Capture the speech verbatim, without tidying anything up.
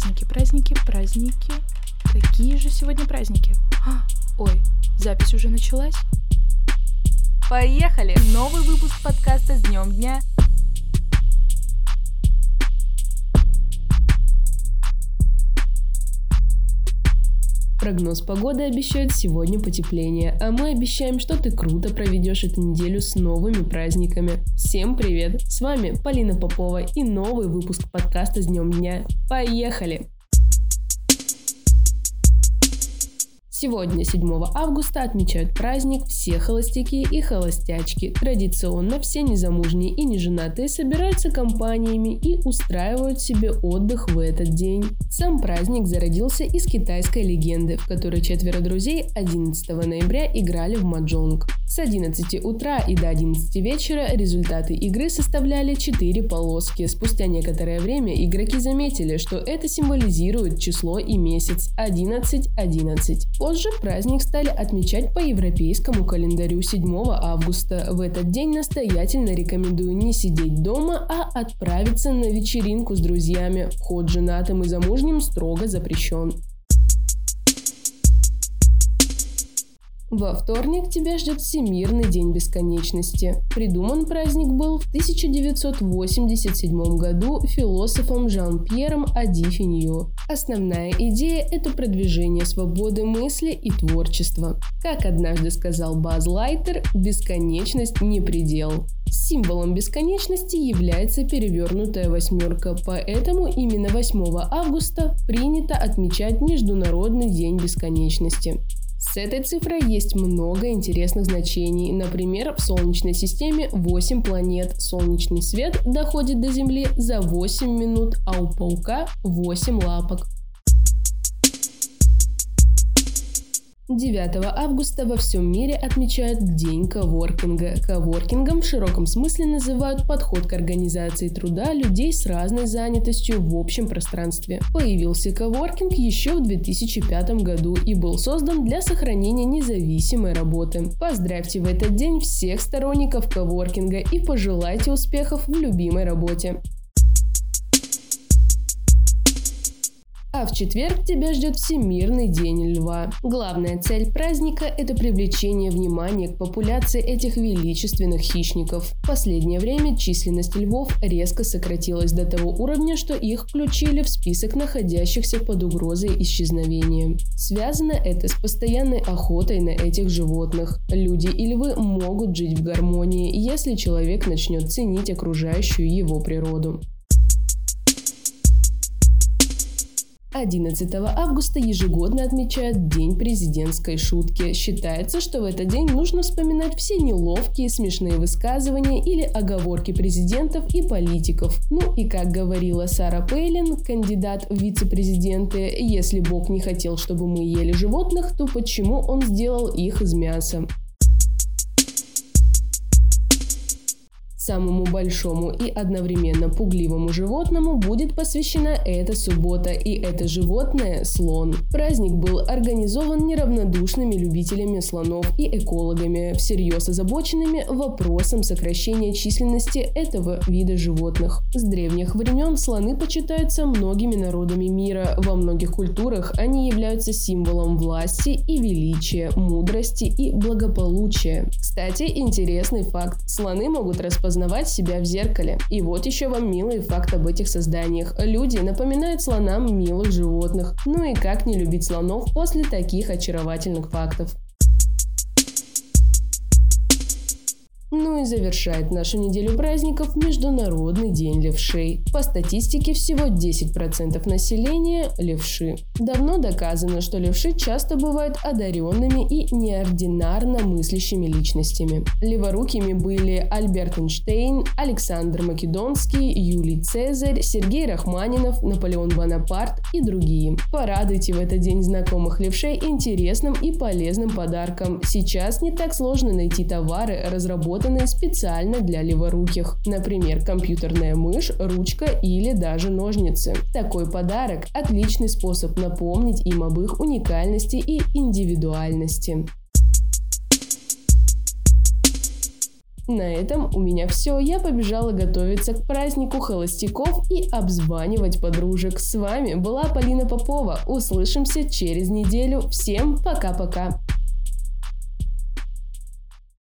Праздники, праздники, праздники. Какие же сегодня праздники? А, ой, запись уже началась? Поехали! Новый выпуск подкаста с днем дня. Прогноз погоды обещает сегодня потепление, а мы обещаем, что ты круто проведешь эту неделю с новыми праздниками. Всем привет! С вами Полина Попова и новый выпуск подкаста с днем дня. Поехали! Сегодня, седьмого августа, отмечают праздник все холостяки и холостячки. Традиционно все незамужние и неженатые собираются компаниями и устраивают себе отдых в этот день. Сам праздник зародился из китайской легенды, в которой четверо друзей одиннадцатого ноября играли в маджонг. С одиннадцати утра и до одиннадцати вечера результаты игры составляли четыре полоски. Спустя некоторое время игроки заметили, что это символизирует число и месяц одиннадцать одиннадцать. Позже праздник стали отмечать по европейскому календарю седьмого августа. В этот день настоятельно рекомендую не сидеть дома, а отправиться на вечеринку с друзьями. Вход женатым и замужним строго запрещен. Во вторник тебя ждет Всемирный день бесконечности. Придуман праздник был в тысяча девятьсот восемьдесят седьмом году философом Жан-Пьером Оди-Финьо. Основная идея – это продвижение свободы мысли и творчества. Как однажды сказал Базз Лайтер, бесконечность не предел. Символом бесконечности является перевернутая восьмерка, поэтому именно восьмого августа принято отмечать Международный день бесконечности. С этой цифрой есть много интересных значений. Например, в Солнечной системе восемь планет. Солнечный свет доходит до Земли за восемь минут, а у паука восемь лапок. девятого августа во всем мире отмечают День коворкинга. Коворкингом в широком смысле называют подход к организации труда людей с разной занятостью в общем пространстве. Появился коворкинг еще в две тысячи пятом году и был создан для сохранения независимой работы. Поздравьте в этот день всех сторонников коворкинга и пожелайте успехов в любимой работе. А в четверг тебя ждет Всемирный день льва. Главная цель праздника – это привлечение внимания к популяции этих величественных хищников. В последнее время численность львов резко сократилась до того уровня, что их включили в список находящихся под угрозой исчезновения. Связано это с постоянной охотой на этих животных. Люди и львы могут жить в гармонии, если человек начнет ценить окружающую его природу. одиннадцатого августа ежегодно отмечают День президентской шутки. Считается, что в этот день нужно вспоминать все неловкие, смешные высказывания или оговорки президентов и политиков. Ну и как говорила Сара Пейлин, кандидат в вице-президенты, если Бог не хотел, чтобы мы ели животных, то почему он сделал их из мяса? Самому большому и одновременно пугливому животному будет посвящена эта суббота, и это животное – слон. Праздник был организован неравнодушными любителями слонов и экологами, всерьез озабоченными вопросом сокращения численности этого вида животных. С древних времен слоны почитаются многими народами мира. Во многих культурах они являются символом власти и величия, мудрости и благополучия. Кстати, интересный факт – слоны могут распознавать себя в зеркале. И вот еще вам милый факт об этих созданиях. Люди напоминают слонам милых животных. Ну и как не любить слонов после таких очаровательных фактов? Ну и завершает нашу неделю праздников Международный день левшей. По статистике, всего десять процентов населения – левши. Давно доказано, что левши часто бывают одаренными и неординарно мыслящими личностями. Леворукими были Альберт Эйнштейн, Александр Македонский, Юлий Цезарь, Сергей Рахманинов, Наполеон Бонапарт и другие. Порадуйте в этот день знакомых левшей интересным и полезным подарком. Сейчас не так сложно найти товары, разработанные специально для леворуких. Например, компьютерная мышь, ручка или даже ножницы. Такой подарок – отличный способ напомнить им об их уникальности и индивидуальности. На этом у меня все. Я побежала готовиться к празднику холостяков и обзванивать подружек. С вами была Полина Попова. Услышимся через неделю. Всем пока-пока.